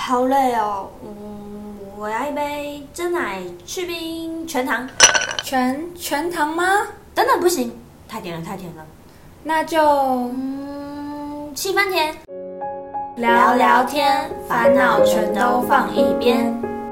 好累哦。我要一杯真奶去冰全糖。 全糖吗？ 等等，不行，太甜了。 那就 7分甜。 聊聊天，烦恼全都放一边。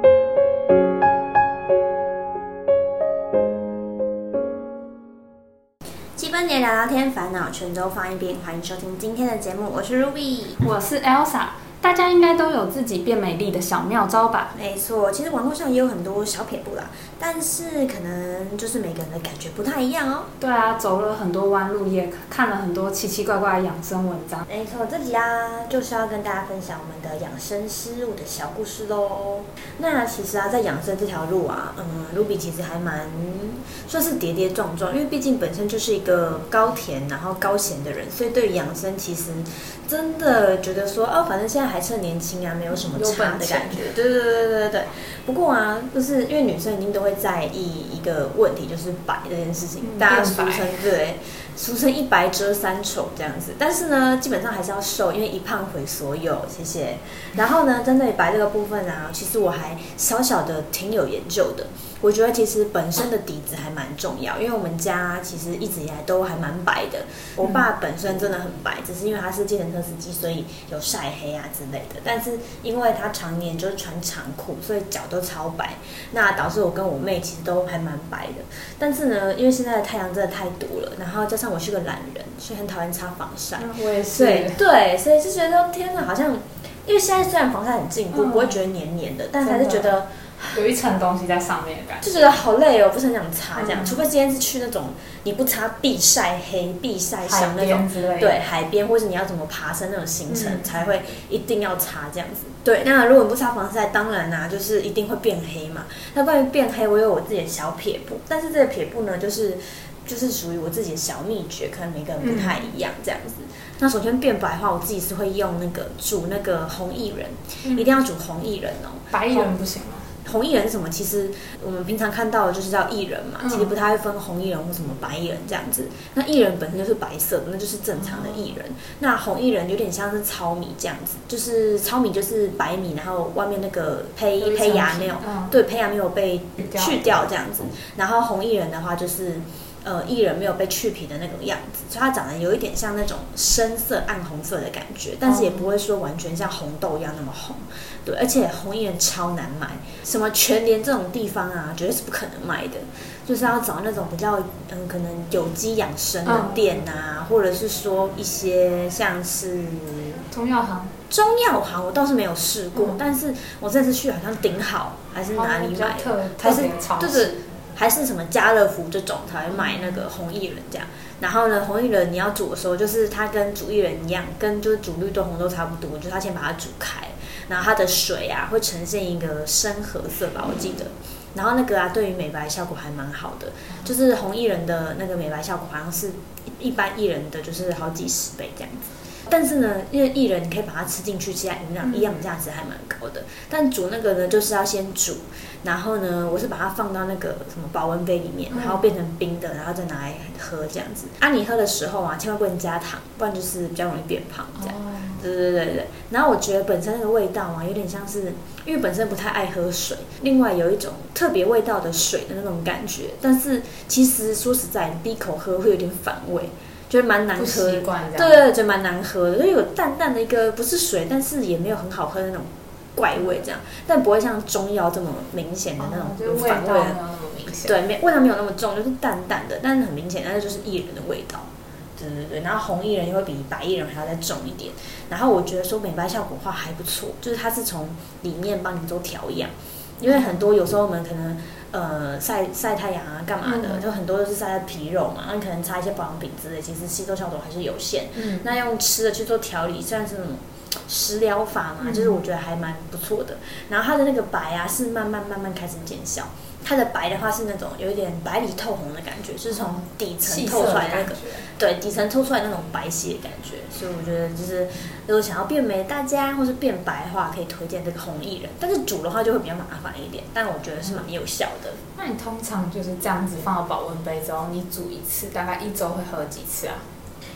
7分甜聊聊天，烦恼全都放一边。欢迎收听今天的节目，我是 Ruby， 我是 Elsa。大家应该都有自己变美丽的小妙招吧？ 没错，其实网络上也有很多小撇步啦，但是可能就是每个人的感觉不太一样哦。 对啊，走了很多弯路，也看了很多奇奇怪怪的养生文章。 没错，这集就是要跟大家分享我们的养生失误的小故事喽。那其实在养生这条路Ruby 其实还蛮算是跌跌撞撞，因为毕竟本身就是一个高甜然后高咸的人，所以对于养生其实真的觉得说反正现在还趁年轻啊，没有什么差的感觉。对。不过就是因为女生一定都会在意一个问题，就是白这件事情，大家俗称一白遮三丑这样子。但是呢，基本上还是要瘦，因为一胖毁所有。谢谢。然后呢，针对白这个部分其实我还小小的挺有研究的。我觉得其实本身的底子还蛮重要，因为我们家其实一直以来都还蛮白的。我爸本身真的很白，只是因为他是计程车司机，所以有晒黑之类的。但是因为他常年就是穿长裤，所以脚都超白，那导致我跟我妹其实都还蛮白的。但是呢，因为现在的太阳真的太毒了，然后加上我是个懒人，所以很讨厌擦防晒。 我也是。 对，所以就觉得天哪，好像因为现在虽然防晒很进步，不会觉得黏黏的，但是还是觉得有一层东西在上面的感觉， 就觉得好累哦，不是很想擦这样。除非今天是去那种你不擦必晒黑、必晒伤那种，对，海边或是你要怎么爬山那种行程，才会一定要擦这样子。对，那如果你不擦防晒，当然就是一定会变黑嘛。那关于变黑，我有我自己的小撇步，但是这个撇步呢，就是属于我自己的小秘诀，可能每个人不太一样这样子。那首先变白的话，我自己是会用煮那个红薏仁，一定要煮红薏仁哦， 白薏仁不行吗？ 红薏仁是什么？其实我们平常看到的就是叫薏仁嘛，其实不太会分红薏仁或什么白薏仁这样子。那薏仁本身就是白色的，那就是正常的薏仁。那红薏仁有点像是糙米这样子，就是糙米就是白米，然后外面那个胚芽没有，对，胚芽没有被去掉这样子。然后红薏仁的话就是薏仁没有被去皮的那种样子，所以它长得有一点像那种深色暗红色的感觉，但是也不会说完全像红豆一样那么红。对，而且红薏仁超难买，什么全联这种地方绝对是不可能卖的，就是要找那种比较可能有机养生的店或者是说一些像是中药行我倒是没有试过，但是我这次去好像顶好还是哪里买的，还是什么家乐福这种才会买那个红薏仁这样。然后呢，红薏仁你要煮的时候，就是它跟煮薏仁一样，跟就是煮绿豆红豆差不多，就是它先把它煮开，然后它的水会呈现一个深褐色吧，我记得。然后那个对于美白效果还蛮好的，就是红薏仁的那个美白效果好像是一般薏仁的就是好几10倍这样子。但是呢，因为薏仁你可以把它吃进去，其实营养价值还蛮高的。但煮那个呢，就是要先煮，然后呢，我是把它放到那个什么保温杯里面，然后变成冰的，然后再拿来喝这样子。你喝的时候千万不能加糖，不然就是比较容易变胖这样。对。然后我觉得本身那个味道有点像是，因为本身不太爱喝水，另外有一种特别味道的水的那种感觉。但是其实说实在，第一口喝会有点反胃。觉得蛮难喝的，对，觉得蛮难喝的，就有淡淡的一个不是水，但是也没有很好喝的那种怪味这样，但不会像中药这么明显的那种反味的，对，味道没有那么重，就是淡淡的，但是很明显，那就是薏仁的味道。对，然后红薏仁又会比白薏仁还要再重一点。然后我觉得说美白效果的话还不错，就是它是从里面帮你做调养，因为很多有时候我们可能晒太阳干嘛的，就很多都是晒在皮肉嘛，那可能擦一些保养品之类，其实吸收效果还是有限。那用吃的去做调理，算是那种食疗法嘛，就是我觉得还蛮不错的。然后它的那个白是慢慢开始见效。它的白的话是那种有一点白里透红的感觉，就是从底层透出来的那个，对，底层透出来那种白皙的感觉。所以我觉得就是如果想要变美，大家或是变白的话，可以推荐这个红薏仁。但是煮的话就会比较麻烦一点，但我觉得是蛮有效的。 那你通常就是这样子放到保温杯之后，你煮一次大概1周会喝几次啊？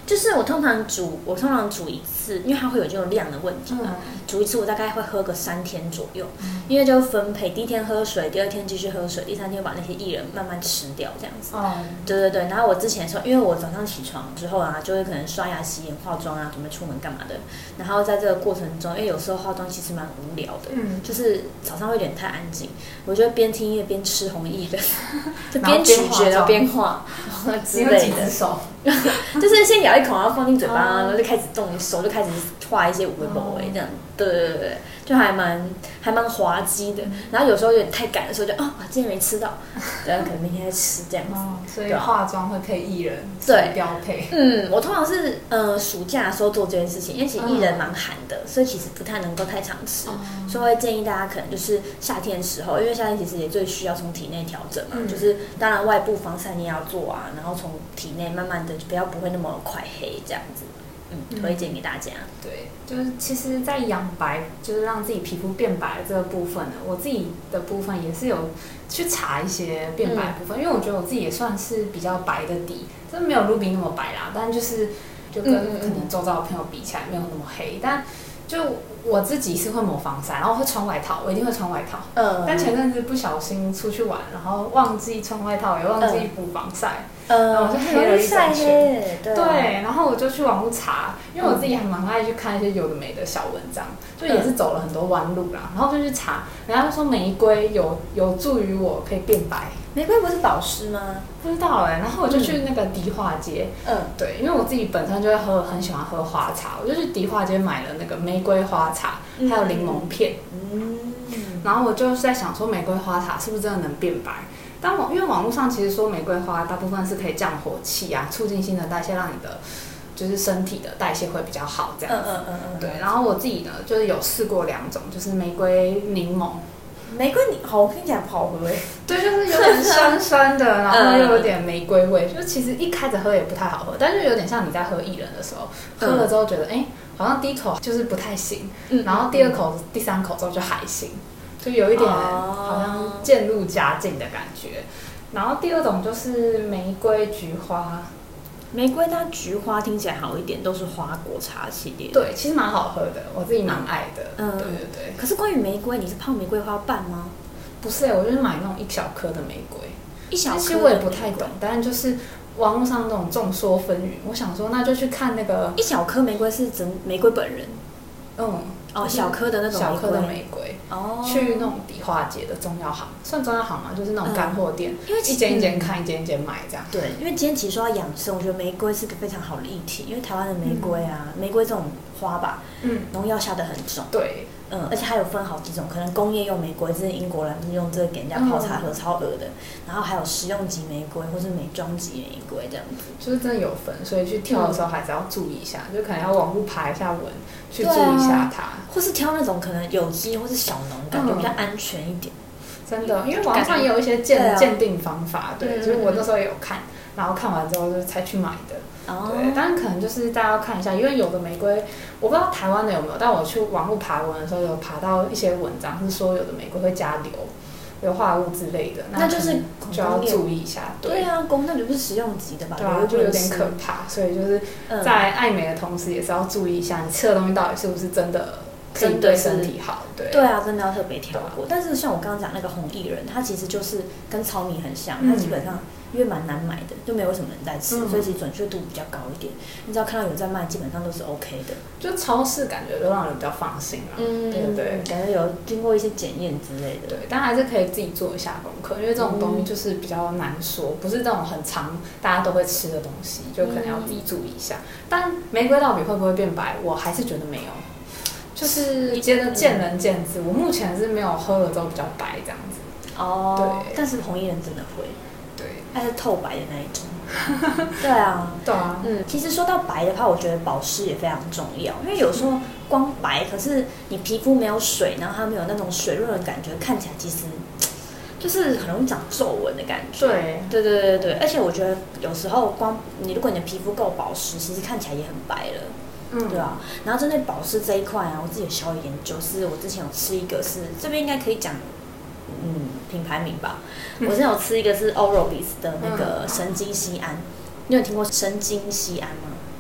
就是我通常煮一次，因为它会有这种量的问题嘛。煮一次我大概会喝个3天左右，因为就分配，第一天喝水，第二天继续喝水，第三天把那些薏仁慢慢吃掉这样子。对。然后我之前的时候，因为我早上起床之后啊，就会可能刷牙、洗脸、化妆啊，准备出门干嘛的。然后在这个过程中，因为有时候化妆其实蛮无聊的，就是早上会有点太安静，我就会边听音乐边吃红薏仁，就边咀嚼边画之类的。就是先咬一口，然后放进嘴巴，然后就开始动手，就开始画一些微博这样。对，就还蛮滑稽的。然后有时候有点太赶的时候，就今天没吃到，对，可能明天再吃这样子。 所以化妆会配薏仁， 对， 标配。 我通常是暑假的时候做这件事情，因为其实薏仁蛮寒的，所以其实不太能够太常吃，所以会建议大家可能就是夏天的时候，因为夏天其实也最需要从体内调整嘛，就是当然外部防晒你也要做啊，然后从体内慢慢的不会那么快黑这样子。推荐给大家。 对，就是其实，在养白，就是让自己皮肤变白这个部分呢，我自己的部分也是有去查一些变白的部分，因为我觉得我自己也算是比较白的底，真的没有 Ruby 那么白啦，但就跟可能周遭的朋友比起来没有那么黑，但就我自己是会抹防晒，然后会穿外套，我一定会穿外套。但前阵子不小心出去玩，然后忘记穿外套，也忘记补防晒。然后我就黑了一整圈。对，然后我就去网络查，因为我自己还蛮爱去看一些有的没的小文章，就也是走了很多弯路啦。然后就去查，人家就说玫瑰有助于我可以变白。 玫瑰不是保湿吗？ 不知道然后我就去那个迪化街，对，因为我自己本身就会很喜欢喝花茶，我就去迪化街买了那个玫瑰花茶，还有柠檬片，然后我就在想说玫瑰花茶是不是真的能变白？因为网络上其实说玫瑰花大部分是可以降火气啊，促进新陈代谢，让你的就是身体的代谢会比较好这样子。对，然后我自己呢就是有试过2种，就是玫瑰柠檬。 玫瑰好听起来不好喝对，就是有点酸酸的，然后又有点玫瑰味，就其实一开始喝也不太好喝，但是有点像你在喝薏仁的时候，喝了之后觉得好像第一口就是不太行，然后第2口、第3口之后就还行，就有一点好像渐入佳境的感觉。然后第2种就是玫瑰菊花。 玫瑰它菊花听起来好一点，都是花果茶系列。 对，其实蛮好喝的，我自己蛮爱的。对。 可是关于玫瑰，你是泡玫瑰花瓣吗？ 不是我就是买那种1小颗的玫瑰。 1小颗？ 其实我也不太懂，但就是网络上那种众说纷纭。我想说，那就去看那个 1小颗玫瑰是指玫瑰本人。小颗的那种小颗的玫瑰，去那种迪化街的中药行，算中药行吗？就是那种干货店，因为一间一间看，一间一间买这样。 对，因为今天其实说到养生，我觉得玫瑰是个非常好的议题，因为台湾的玫瑰啊，玫瑰这种花吧，农药下得很重。 对。 而且还有分好几种，可能工业用玫瑰，就是英国人是用这个给人家泡茶喝，超恶的。然后还有食用级玫瑰或是美妆级玫瑰这样子， 就是真的有分，所以去挑的时候还是要注意一下，就可能要网络爬一下文，去注意一下它， 或是挑那种可能有机或是小农，感觉比较安全一点。 真的，因为网上也有一些鉴定方法，对，就是我那时候也有看，然后看完之后就才去买的。对，但是可能就是大家要看一下，因为有的玫瑰我不知道台湾的有没有，但我去网络爬文的时候有爬到一些文章是说有的玫瑰会加硫化物之类的， 那就是就要注意一下。 对啊，那就不是食用级的吧？ 对啊，就有点可怕，所以就是在爱美的同时，也是要注意一下你吃的东西到底是不是真的可以对身体好。 对啊，真的要特别挑过。但是像我刚刚讲那个红薏仁，它其实就是跟糙米很像，它基本上因为蛮难买的，就没有什么人在吃，所以其实准确度比较高一点。你只要看到有在卖，基本上都是 OK 的。 就超市感觉都让人比较放心啦。对， 感觉有经过一些检验之类的。 对，但还是可以自己做一下功课，因为这种东西就是比较难说，不是那种很常大家都会吃的东西，就可能要自己注意一下。但玫瑰到底会不会变白，我还是觉得没有。就是觉得见仁见智，我目前是没有喝了之后比较白这样子。 对，但是红薏仁真的会， 对， 它是透白的那一种。对啊，其实说到白的话，我觉得保湿也非常重要，因为有时候光白，可是你皮肤没有水，然后它没有那种水润的感觉，看起来其实就是很容易长皱纹的感觉。对，而且我觉得有时候如果你的皮肤够保湿，其实看起来也很白了。对啊，然后针对保湿这一块啊，我自己有小研究，是我之前有吃一个是这边应该可以讲，品牌名吧。我之前有吃一个是 Oral-B 的那个神经酰胺，你有听过神经酰胺吗？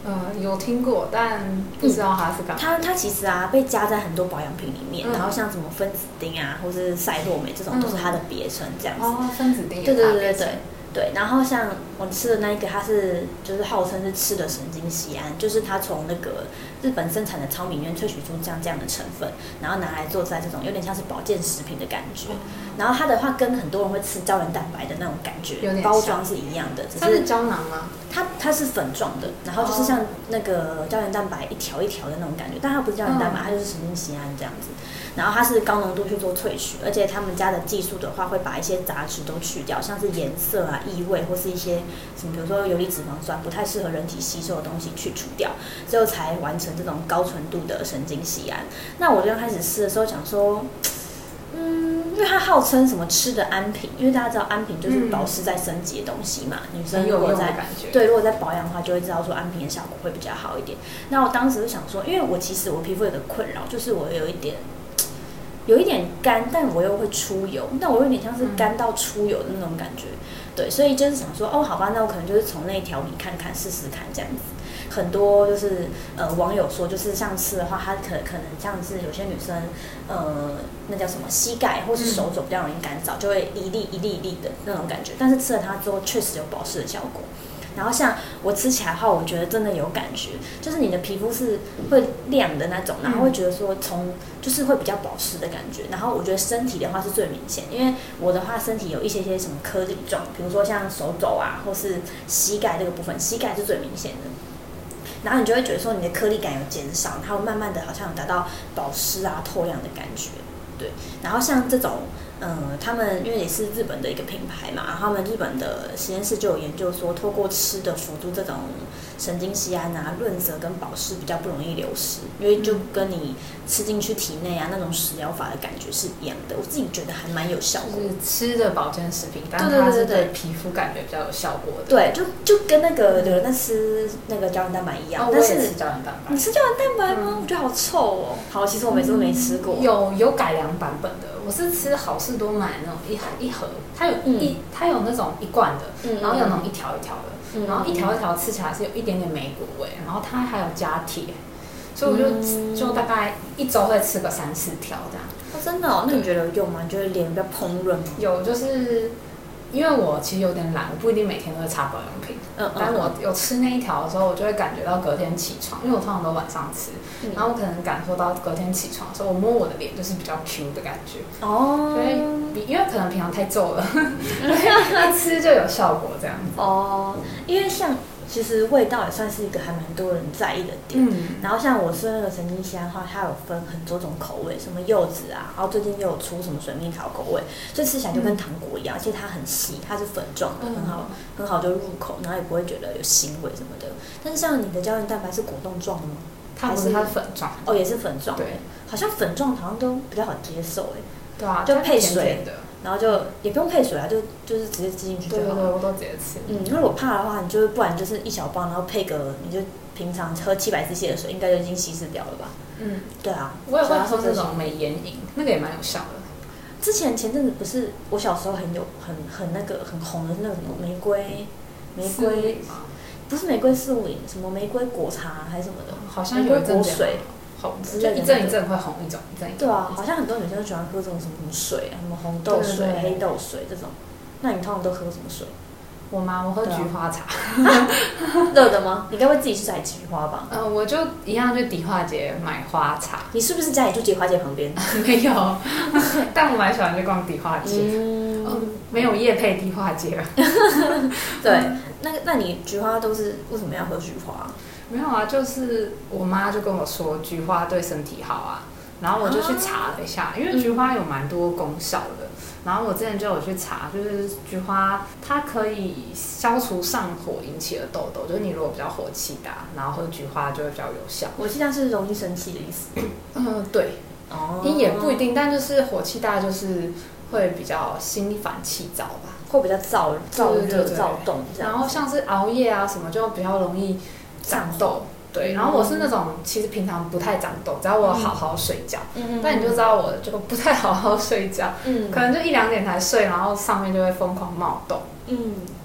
有听过，但不知道它是干嘛。 它其实啊被加在很多保养品里面，然后像什么分子丁啊，或是赛洛美这种都是它的别称这样子。 分子丁。 对，然后像我吃的那一个，它就是号称是吃的神经酰胺，就是它从那个日本生产的糙米里面萃取出这样的成分，然后拿来做在这种有点像是保健食品的感觉。然后它的话跟很多人会吃胶原蛋白的那种感觉，包装是一样的，只是它是胶囊吗？ 它是粉状的，然后就是像那个胶原蛋白一条一条的那种感觉，但它不是胶原蛋白，它就是神经酰胺这样子。然后它是高浓度去做萃取，而且他们家的技术的话会把一些杂质都去掉，像是颜色啊、异味或是一些什么，比如说游离脂肪酸不太适合人体吸收的东西去除掉，最后才完成这种高纯度的神经酰胺。那我刚开始吃的时候想说，因为它号称什么吃的安瓶，因为大家知道安瓶就是保湿在升级的东西嘛，女生如果在如果在保养的话，就会知道说安瓶的效果会比较好一点。那我当时就想说，因为我其实我皮肤有个困扰，就是我有一点干，但我又会出油，但我有点像是干到出油的那种感觉，对，所以就是想说，好吧，那我可能就是从那一条里看看试试看这样子。很多就是网友说，就是像吃的话，它可能像是有些女生那叫什么膝盖或是手肘比较容易干燥，就会一粒一粒一粒的那种感觉，但是吃了它之后确实有保湿的效果。然后像我吃起来的话，我觉得真的有感觉，就是你的皮肤是会亮的那种，然后会觉得说就是会比较保湿的感觉。然后我觉得身体的话是最明显，因为我的话身体有一些什么颗粒状，比如说像手肘啊，或是膝盖这个部分，膝盖是最明显的。然后你就会觉得说你的颗粒感有减少，然后慢慢的好像有达到保湿啊、透亮的感觉，对。然后像这种。他们因为也是日本的一个品牌嘛，然后他们日本的实验室就有研究说，透过吃的辅助这种神经酰胺啊，润泽跟保湿比较不容易流失，因为就跟你吃进去体内啊那种食疗法的感觉是一样的。我自己觉得还蛮有效果， 就是吃的保健食品，但它是对皮肤感觉比较有效果的。 对，就跟那个有人在吃那个胶原蛋白一样。但是我也吃胶原蛋白。 你吃胶原蛋白吗？我觉得好臭哦。好，其实我每次都没吃过。 有改良版本的。我是吃好市多买那种一盒，它有那种一罐的，然后有那种一条一条的，然后一条一条吃起来是有一点点莓果味，然后它还有加铁，所以我就大概1周会吃个3-4条这样。 真的哦？那你觉得有用吗？你觉得脸比较蓬润吗？ 有，就是因为我其实有点懒，我不一定每天都会擦保养品，但我有吃那一条的时候，我就会感觉到隔天起床，因为我通常都晚上吃，然后我可能感受到隔天起床的时候，我摸我的脸就是比较 Q 的感觉，所以因为可能平常太皱了，一吃就有效果这样子。 因为像其实味道也算是一个还蛮多人在意的点。然后像我吃那个神经酰胺的话，它有分很多种口味，什么柚子啊，然后最近又有出什么水蜜桃口味，所以吃起来就跟糖果一样，而且它很细，它是粉状的，很好就入口，然后也不会觉得有腥味什么的。但是像你的胶原蛋白是果冻状的吗？ 它不是，它是粉状。 也是粉状。对，好像粉状好像都比较好接受对啊， 就配水甜甜的。 然后就也不用配水啊，就是直接吃进去就好了。 对，我都直接吃。 如果怕的话，你不然就是一小包，然后配个你就平常喝700cc的水，应该就已经稀释掉了吧？对啊。 我也会喝这种美颜饮，那个也蛮有效的。 之前前阵子不是我小时候很那个很红的那个什么玫瑰，不是玫瑰四物饮，什么玫瑰果茶还是什么的， 好像有一阵子水。 就一阵一阵会红一种， 对啊，好像很多女生都喜欢喝这种什么水啊，什么红豆水、黑豆水这种。那你通常都喝什么水？ 我喝菊花茶。 热的吗？你该不会自己去采菊花吧？ 我就一样去迪化街买花茶。 你是不是家里就迪化街旁边？ 没有，但我蛮喜欢去逛迪化街。没有业配迪化街了。 对，那你菊花都是为什么要喝菊花？ 没有啊，就是我妈就跟我说菊花对身体好啊，然后我就去查了一下，因为菊花有蛮多功效的。然后我之前就有去查，就是菊花它可以消除上火引起的痘痘，就是你如果比较火气大，然后喝菊花就会比较有效。 火气大是容易生气的意思？ 对。也不一定，但就是火气大就是会比较心烦气躁吧， 会比较燥热躁动这样。 然后像是熬夜啊什么，就比较容易长痘。对，然后我是那种其实平常不太长痘，只要我好好睡觉。但你就知道我就不太好好睡觉，可能就1-2点才睡，然后上面就会疯狂冒痘。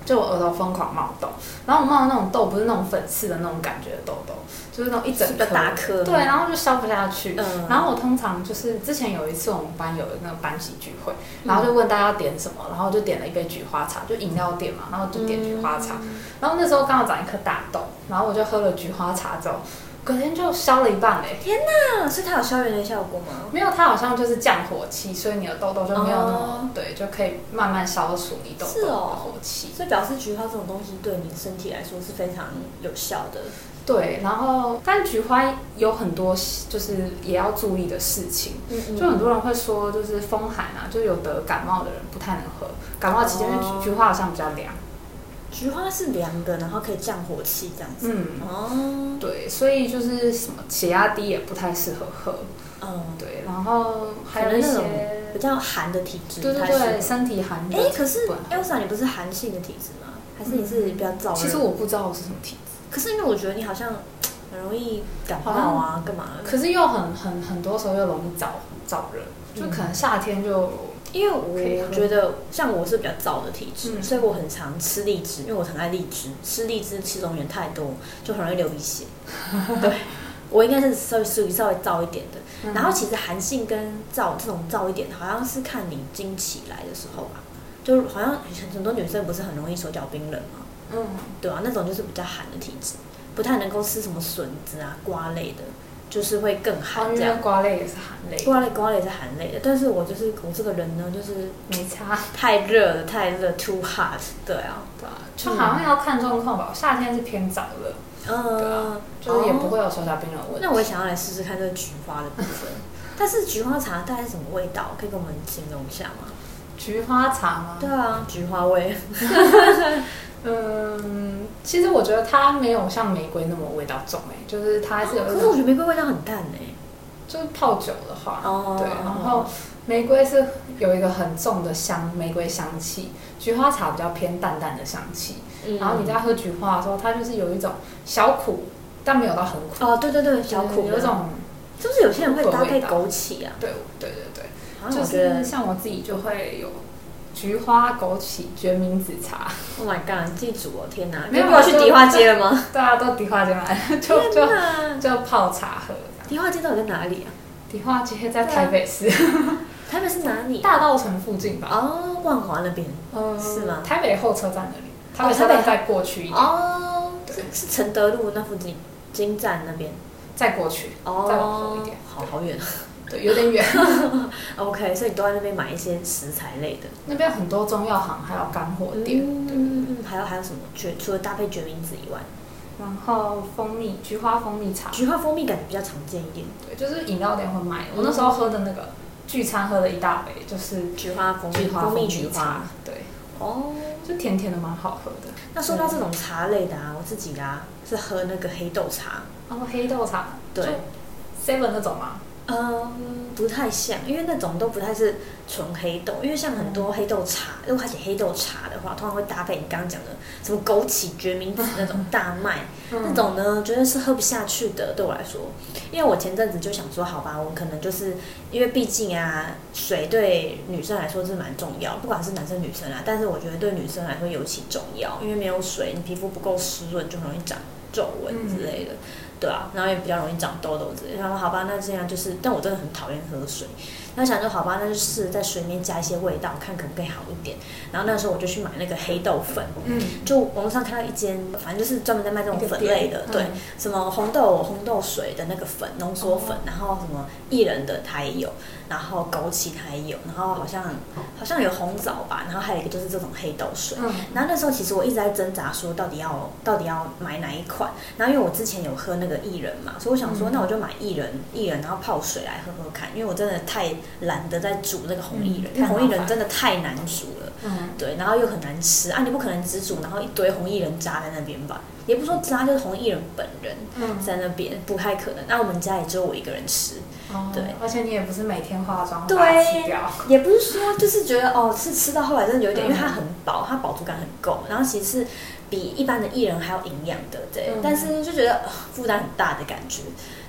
就我额头疯狂冒痘，然后我冒的那种痘不是那种粉刺的那种感觉的痘痘，就是那种一整颗大颗， 对，然后就消不下去。然后我通常就是之前有一次我们班有那个班级聚会，然后就问大家要点什么，然后就点了一杯菊花茶，就饮料店嘛，然后就点菊花茶。然后那时候刚好长一颗大痘，然后我就喝了菊花茶之后，隔天就消了一半嘞！ 天哪，是它有消炎的效果吗？ 没有，它好像就是降火气，所以你的痘痘就没有那么对，就可以慢慢消除你痘痘的火气。 所以表示菊花这种东西对你身体来说是非常有效的。 对，然后但菊花有很多就是也要注意的事情，就很多人会说就是风寒啊，就有得感冒的人不太能喝，感冒期间菊花好像比较凉。 菊花是凉的，然后可以降火气这样子。 对，所以就是什么血压低也不太适合喝。对，然后还有一些比较寒的体质， 对，身体寒的。 可是 Elsa 你不是寒性的体质吗？还是你是比较燥热？ 其实我不知道我是什么体质。 可是因为我觉得你好像很容易感冒啊，干嘛的？ 可是又很多时候又容易燥热，就可能夏天就。 因为我觉得像我是比较燥的体质，所以我很常吃荔枝，因为我很爱荔枝，吃荔枝气溶源太多，就很容易流鼻血。对，我应该是属于稍微燥一点的。然后其实寒性跟燥这种燥一点，好像是看你经期来的时候吧，就好像很多女生不是很容易手脚冰冷吗？对啊，那种就是比较寒的体质，不太能够吃什么笋子啊、瓜类的。就是会更寒这样， 瓜类也是寒类， 瓜类也是寒类的。但是我这个人呢，就是没差， 太热，too hot。对啊， 就好像要看状况吧。夏天是偏早热，对啊，就是也不会有手脚冰冷问题。 那我也想要来试试看这个菊花的部分。但是菊花茶大概是什么味道？可以跟我们形容一下吗？ 菊花茶吗？ 对啊，菊花味。 其实我觉得它没有像玫瑰那么味道重就是它还是有一种。 可是我觉得玫瑰味道很淡就是泡酒的话，对，然后玫瑰是有一个很重的玫瑰香气，菊花茶比较偏淡淡的香气。然后你在喝菊花的时候，它就是有一种小苦，但没有到很苦。 对，小苦有一种， 是不是有些人会搭配枸杞啊？ 对，就是像我自己就会有。菊花枸杞决明子茶 ，Oh my god！ 你记住哦，天哪！没有去迪化街了吗？ 对啊，都迪化街买，就泡茶喝。 迪化街到底在哪里啊？ 迪化街在台北市。 台北是哪里？ 大稻埕附近吧。 万华那边。是吗？ 台北后车站那里。台北车站再过去一点。 是承德路那附近，金站那边。 再过去。再往后一点。 好远。 对，有点远。 OK， 所以你都在那边买一些食材类的。 那边很多中药行，还有干货店。 还有什么？除了搭配决明子以外， 然后菊花蜂蜜茶。 菊花蜂蜜感觉比较常见一点。 对，就是饮料店会卖。我那时候喝的那个聚餐喝的一大杯，就是菊花蜂蜜茶。 对。就甜甜的，蛮好喝的。 那说到这种茶类的我自己是喝那个黑豆茶。 黑豆茶。对。7那种吗？ 不太像，因为那种都不太是纯黑豆，因为像很多黑豆茶，如果它写黑豆茶的话，通常会搭配你刚刚讲的什么枸杞、决明子那种大麦，那种呢，绝对是喝不下去的。对我来说，因为我前阵子就想说，好吧，我可能就是因为毕竟水对女生来说是蛮重要，不管是男生女生但是我觉得对女生来说尤其重要，因为没有水，你皮肤不够湿润，就很容易长皱纹之类的。对啊，然后也比较容易长痘痘之类的。然后好吧，那这样就是，但我真的很讨厌喝水。那想说好吧，那就试着在水里面加一些味道，看可不可以好一点。然后那时候我就去买那个黑豆粉，就网络上看到一间，反正就是专门在卖这种粉类的，对，什么红豆水的那个粉浓缩粉，然后什么薏仁的它也有，然后枸杞它也有，然后好像有红枣吧，然后还有一个就是这种黑豆水。然后那时候其实我一直在挣扎说到底要买哪一款。然后因为我之前有喝那个薏仁嘛，所以我想说那我就买薏仁，然后泡水来喝喝看，因为我真的太懒得在煮那个红薏仁，因为红薏仁真的太难煮了，对，然后又很难吃你不可能只煮然后一堆红薏仁扎在那边吧，也不是说扎，就是红薏仁本人在那边，不太可能。那我们家也只有我一个人吃，对， 而且你也不是每天化妆把它吃掉， 也不是说就是觉得是吃到后来真的有一点，因为它很饱，它饱足感很够，然后其实是比一般的薏仁还有营养的，对，但是就觉得负担很大的感觉。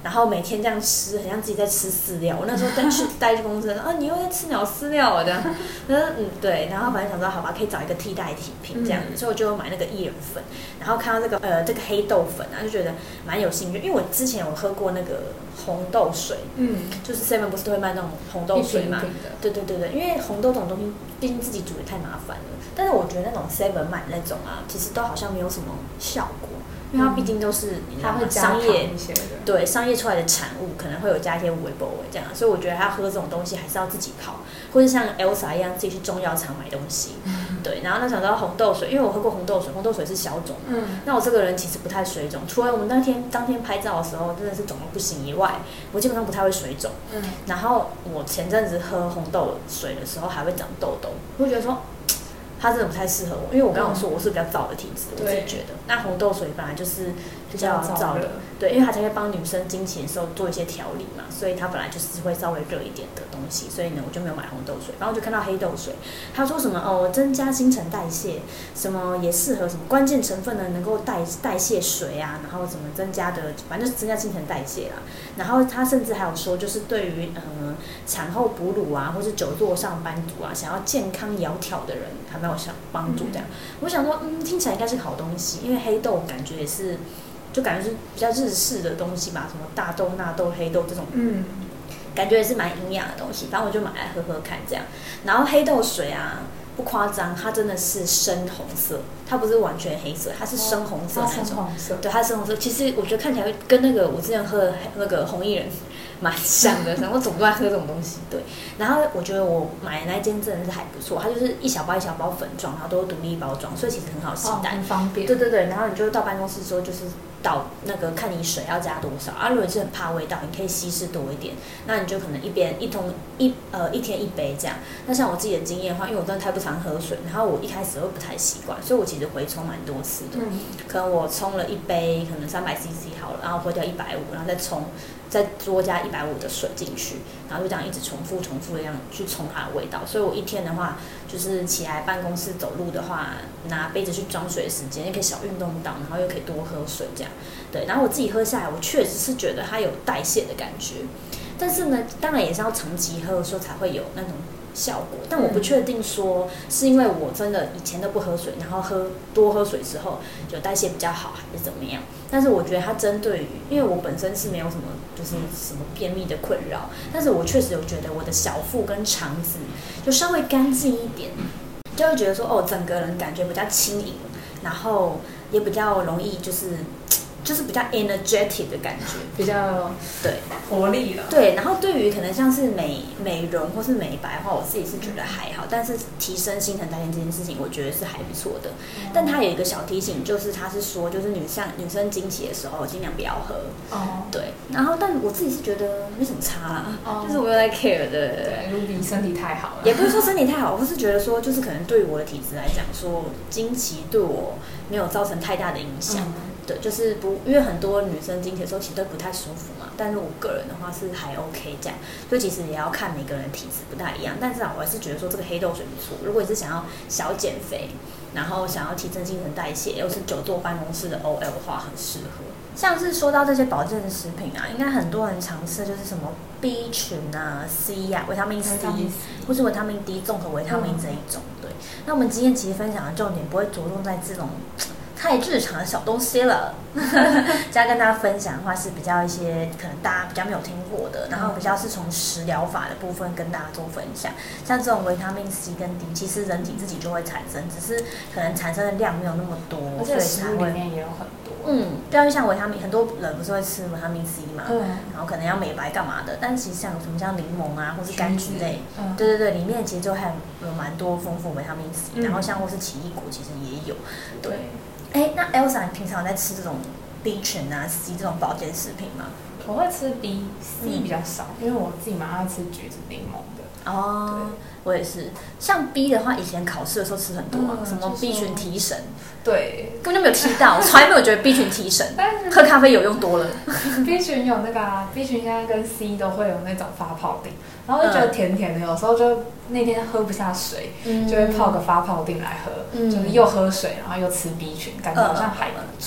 然后每天这样吃，很像自己在吃饲料。我那时候带去公司，你又在吃鸟饲料这样。对，然后反正想说好吧，可以找一个替代品这样子，所以我就买那个薏仁粉，然后看到这个黑豆粉啊，就觉得蛮有兴趣，因为我之前有喝过那个红豆水，就是 Seven 不是都会卖那种红豆水嘛？对，因为红豆这种东西，毕竟自己煮也太麻烦了。但是我觉得那种 Seven 买那种啊，其实都好像没有什么效果。因为它毕竟都是商业对商业出来的产物，可能会有加一些微波这样，所以我觉得他喝这种东西还是要自己泡，或者像 Elsa 一样自己去中药厂买东西。对，然后那想到红豆水，因为我喝过红豆水，红豆水是小肿，那我这个人其实不太水肿，除了我们当天拍照的时候真的是肿得不行以外，我基本上不太会水肿。然后我前阵子喝红豆水的时候还会长痘痘，我就觉得说。它真的不太适合我，因为我刚刚说我是比较燥的体质，我自己觉得。那红豆水本来就是比较燥的，对，因为它才会帮女生经期的时候做一些调理嘛，所以它本来就是会稍微热一点的东西，所以呢我就没有买红豆水。然后我就看到黑豆水，他说什么增加新陈代谢，什么也适合什么关键成分呢能够代谢水啊，然后怎么增加的，反正就是增加新陈代谢啦。然后他甚至还有说，就是对于产后哺乳啊，或是久坐上班族啊，想要健康窈窕的人，还蛮有帮助这样。我想说，听起来应该是好东西，因为黑豆感觉也是，就感觉是比较日式的东西吧，什么大豆、纳豆、黑豆这种，感觉也是蛮营养的东西。反正我就买来喝喝看这样。然后黑豆水啊，不夸张，它真的是深红色，它不是完全黑色，它是深红色那种。对，它是深红色。其实我觉得看起来跟那个我之前喝的那个红薏仁蛮像的，然后我总都在喝这种东西。对，然后我觉得我买的那间真的是还不错，它就是一小包一小包粉状，然后都是独立包装，所以其实很好携带， 很方便。 对，然后你就到办公室之后就是倒那个看你水要加多少啊，如果你是很怕味道，你可以稀释多一点，那你就可能一天一杯这样。那像我自己的经验的话，因为我真的太不常喝水，然后我一开始会不太习惯，所以我其实回冲蛮多次的。可能我冲了一杯，可能300cc 好了，然后回掉150，然后再多加150的水进去，然后就这样一直重复的这样去冲它的味道。所以我一天的话，就是起来办公室走路的话，拿杯子去装水的时间，也可以小运动到，然后又可以多喝水这样。对，然后我自己喝下来，我确实是觉得它有代谢的感觉，但是呢，当然也是要长期喝的时候才会有那种效果，但我不确定说是因为我真的以前都不喝水，然后多喝水之后有代谢比较好，还是怎么样？但是我觉得它针对于，因为我本身是没有什么就是什么便秘的困扰，但是我确实有觉得我的小腹跟肠子就稍微干净一点，就会觉得说整个人感觉比较轻盈，然后也比较容易就是比较 energetic 的感觉， 比较对活力了。 对，然后对于可能像是美容或是美白的话，我自己是觉得还好，但是提升新陈代谢这件事情，我觉得是还不错的。但它有一个小提醒，就是它是说，就是女生经期的时候尽量不要喝。对。然后，但我自己是觉得没什么差啦，就是我没有在 care 的。 对，Ruby 身体太好了。 也不是说身体太好，我是觉得说，就是可能对于我的体质来讲，说经期对我没有造成太大的影响。对，就是因为很多女生经期的时候其实都不太舒服嘛，但是我个人的话是还 OK 这样，所以其实也要看每个人的体质不太一样，但是我还是觉得说这个黑豆水不错。如果你是想要小减肥，然后想要提升新陈代谢，又是久坐办公室的 OL 的话，很适合。像是说到这些保健食品啊，应该很多人尝试就是什么 B 群啊、C 啊、维他命 C， 或是维他命 D 综合维他命这一种。对，那我们今天其实分享的重点不会着重在这种太日常的小东西了，这样跟大家分享的话是比较一些可能大家比较没有听过的，然后比较是从食疗法的部分跟大家做分享。像这种维他命 C 跟 D， 其实人体自己就会产生，只是可能产生的量没有那么多， 而且食物里面也有很多。 对，像维他命，很多人不是会吃维他命 C 嘛，然后可能要美白干嘛的，但其实像什么像柠檬啊，或是柑橘类，对，里面其实就还有蛮多丰富维他命 C，然后像或是奇异果其实也有，对。那 Elsa， 你平常在吃这种 B 群啊、C 这种保健食品吗？ 我会吃 B，C 比较少，因为我自己蛮爱吃橘子、柠檬的。 我也是。像 B 的话，以前考试的时候吃很多什么 B 群提神， 对， 根本就没有提到，我从来没有觉得 B 群提神，喝咖啡有用多了。 B 群有那个B 群现在跟 C 都会有那种发泡锭，然后就觉得甜甜的，有时候就那天喝不下水，就会泡个发泡锭来喝，就是又喝水，然后又吃 B 群，感觉好像还不错。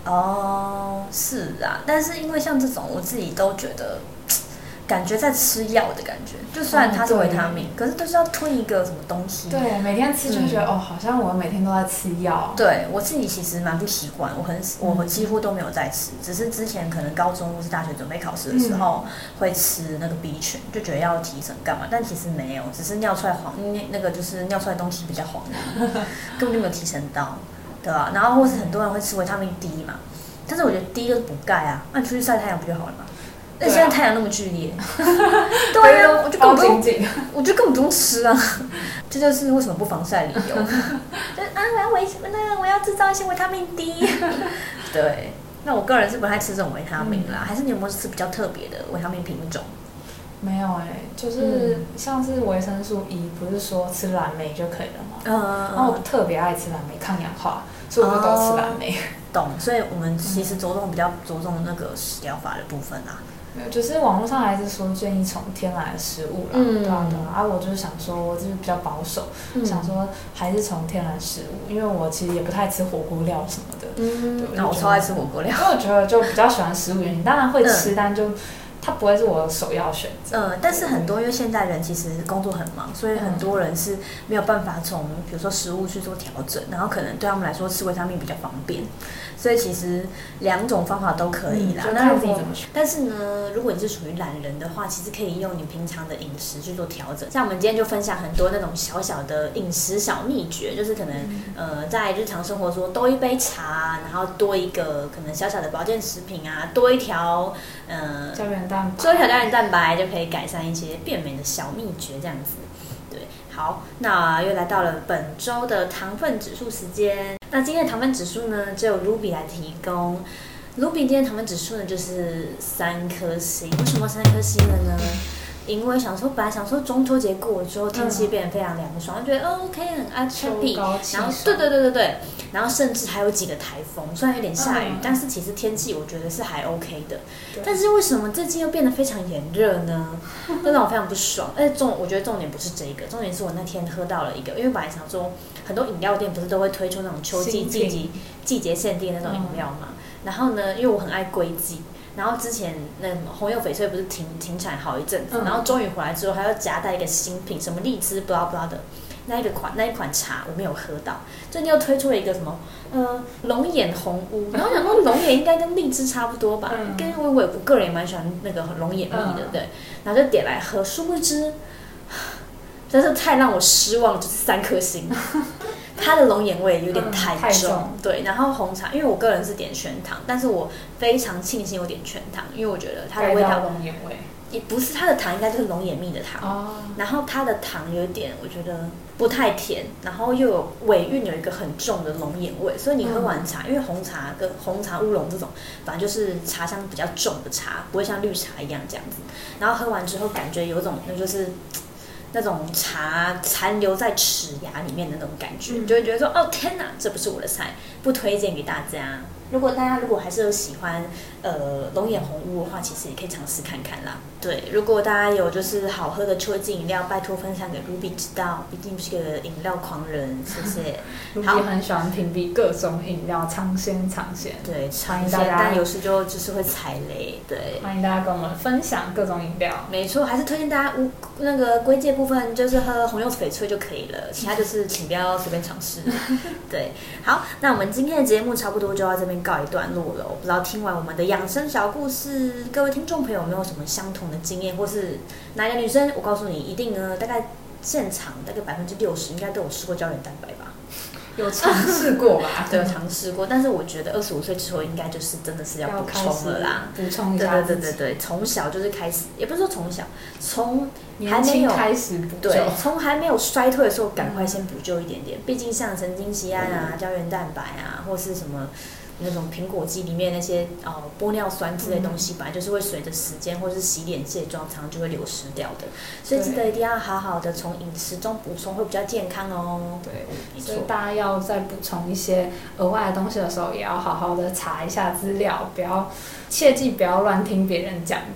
哦，是啊，但是因为像这种，我自己都觉得。感觉在吃药的感觉，就虽然它是维他命，可是都是要吞一个什么东西。 对，每天吃就觉得、好像我每天都在吃药。 对我自己其实蛮不习惯，我几乎都没有在吃，只是之前可能高中或是大学准备考试的时候、会吃那个 B 群，就觉得要提神干嘛，但其实没有，只是尿出来黄，那个就是尿出来东西比较黄，根本就没有提神到，对吧？然后或是很多人会吃维他命 D 嘛，但是我觉得 D 就是补钙啊，那你出去晒太阳不就好了吗？那现在太阳那么剧烈，对呀、我就根本不用吃啊，这就是为什么不防晒理由。我要制造一些维他命 D。对，那我个人是不太吃这种维他命啦，还是你有没有吃比较特别的维他命品种？ 没有就是像是维生素 E， 不是说吃蓝莓就可以了吗？然后我特别爱吃蓝莓，抗氧化，所以我就都吃蓝莓。 懂，所以我们其实比较着重那个食疗法的部分啊。 就是网络上还是说建议从天然的食物啦，对啊，我就是想说，我就是比较保守，想说还是从天然食物，因为我其实也不太吃火锅料什么的。 那我超爱吃火锅料， 因为我觉得就比较喜欢食物原因，当然会吃，但就它不会是我的首要选择。 但是很多因为现代人其实工作很忙，所以很多人是没有办法从比如说食物去做调整，然后可能对他们来说吃维他命比较方便，所以其实两种方法都可以啦。 就看自己怎么选。 但是呢，如果你是属于懒人的话，其实可以用你平常的饮食去做调整。像我们今天就分享很多那种小小的饮食小秘诀，就是可能在日常生活中多一杯茶，然后多一个可能小小的保健食品啊，多一条胶原蛋白， 多一条胶原蛋白就可以改善一些变美的小秘诀，这样子。对，好，那又来到了本周的糖分指数时间。那今天的糖分指数呢，只有 Ruby 来提供。Ruby 今天糖分指数呢就是3颗星，为什么3颗星了呢？因为本来想说中秋节过了之后天气变得非常凉爽，就觉得OK 很 happy， 然后对，然后甚至还有几个台风，虽然有点下雨，但是其实天气我觉得是还 OK 的。但是为什么最近又变得非常炎热呢？这让我非常不爽。我觉得重点不是这个，重点是我那天喝到了一个，因为本来想说很多饮料店不是都会推出那种秋季季节限定的那种饮料嘛，然后呢，因为我很爱归季。然后之前那红柚翡翠不是停产好一阵子，然后终于回来之后，还要夹带一个新品，什么荔枝 blah blah 的那一款茶，我没有喝到。最近又推出了一个什么龙眼红乌，然后我想说龙眼应该跟荔枝差不多吧，跟我个人也蛮喜欢那个龙眼蜜的，对，然后就点来喝，殊不知真是太让我失望，就是3颗星。它的龙眼味有点太重，对。然后红茶，因为我个人是点全糖，但是我非常庆幸我点全糖，因为我觉得它的味道龙眼味也不是它的糖，应该就是龙眼蜜的糖。然后它的糖有点我觉得不太甜，然后又有尾韵有一个很重的龙眼味，所以你喝完茶，因为红茶跟红茶乌龙这种，反正就是茶香比较重的茶，不会像绿茶一样这样子。然后喝完之后感觉有种那种茶残留在齿牙里面的那种感觉，就会觉得说哦天哪，这不是我的菜，不推荐给大家。大家如果还是有喜欢龙眼红乌的话，其实也可以尝试看看啦。对，如果大家有就是好喝的秋季饮料，拜托分享给 Ruby 知道，毕竟是个饮料狂人，谢谢。 Ruby 很喜欢评比各种饮料，尝鲜。 对，尝鲜，但有时就是会踩雷。对， 欢迎大家跟我们分享各种饮料。 没错，还是推荐大家那个归界部分就是喝红柚翡翠就可以了，其他就是请不要随便尝试。对，好，那我们今天的节目差不多就到这边告一段落了。我不知道听完我们的养生小故事，各位听众朋友有没有什么相同的经验，或是哪一个女生？我告诉你，一定呢，大概现场大概60%应该都有吃过胶原蛋白吧。 有尝试过吧？ 对，有尝试过，但是我觉得25岁之后应该就是真的是要补充了啦， 补充一下自己。 对，从小就是开始，也不是说从小，从还没有开始补救， 对，从还没有衰退的时候，赶快先补救一点点。毕竟像神经酰胺啊、胶原蛋白啊，或是什么那种苹果肌里面那些玻尿酸之类的东西，本来就是会随着时间或是洗脸卸妆，常常就会流失掉的。所以记得一定要好好的从饮食中补充，会比较健康哦。 对，所以大家要在补充一些额外的东西的时候，也要好好的查一下资料，切记不要乱听别人讲的。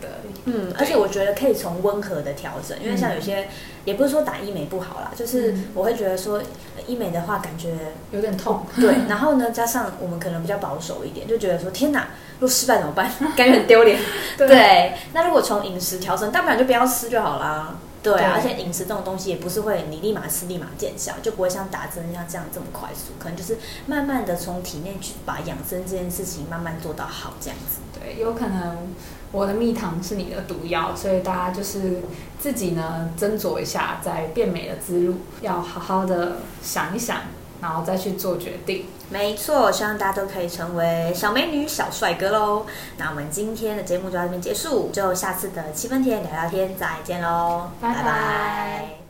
而且我觉得可以从温和的调整，因为像有些也不是说打医美不好啦，就是我会觉得说医美的话感觉有点痛， 对，然后呢加上我们可能比较保守一点，就觉得说天哪，如果失败怎么办？感觉很丢脸。对，那如果从饮食调整，大不了就不要吃就好啦。对啊，而且饮食这种东西也不是会你立马吃立马见效，就不会像打针像这样这么快速，可能就是慢慢的从体内去把养生这件事情慢慢做到好这样子。 对，有可能我的蜜糖是你的毒药，所以大家就是自己呢斟酌一下，在变美的之路要好好的想一想，然后再去做决定。 没错，希望大家都可以成为小美女、小帅哥咯。那我们今天的节目就到这边结束，就下次的7分甜聊聊天再见咯， 拜拜。 拜拜。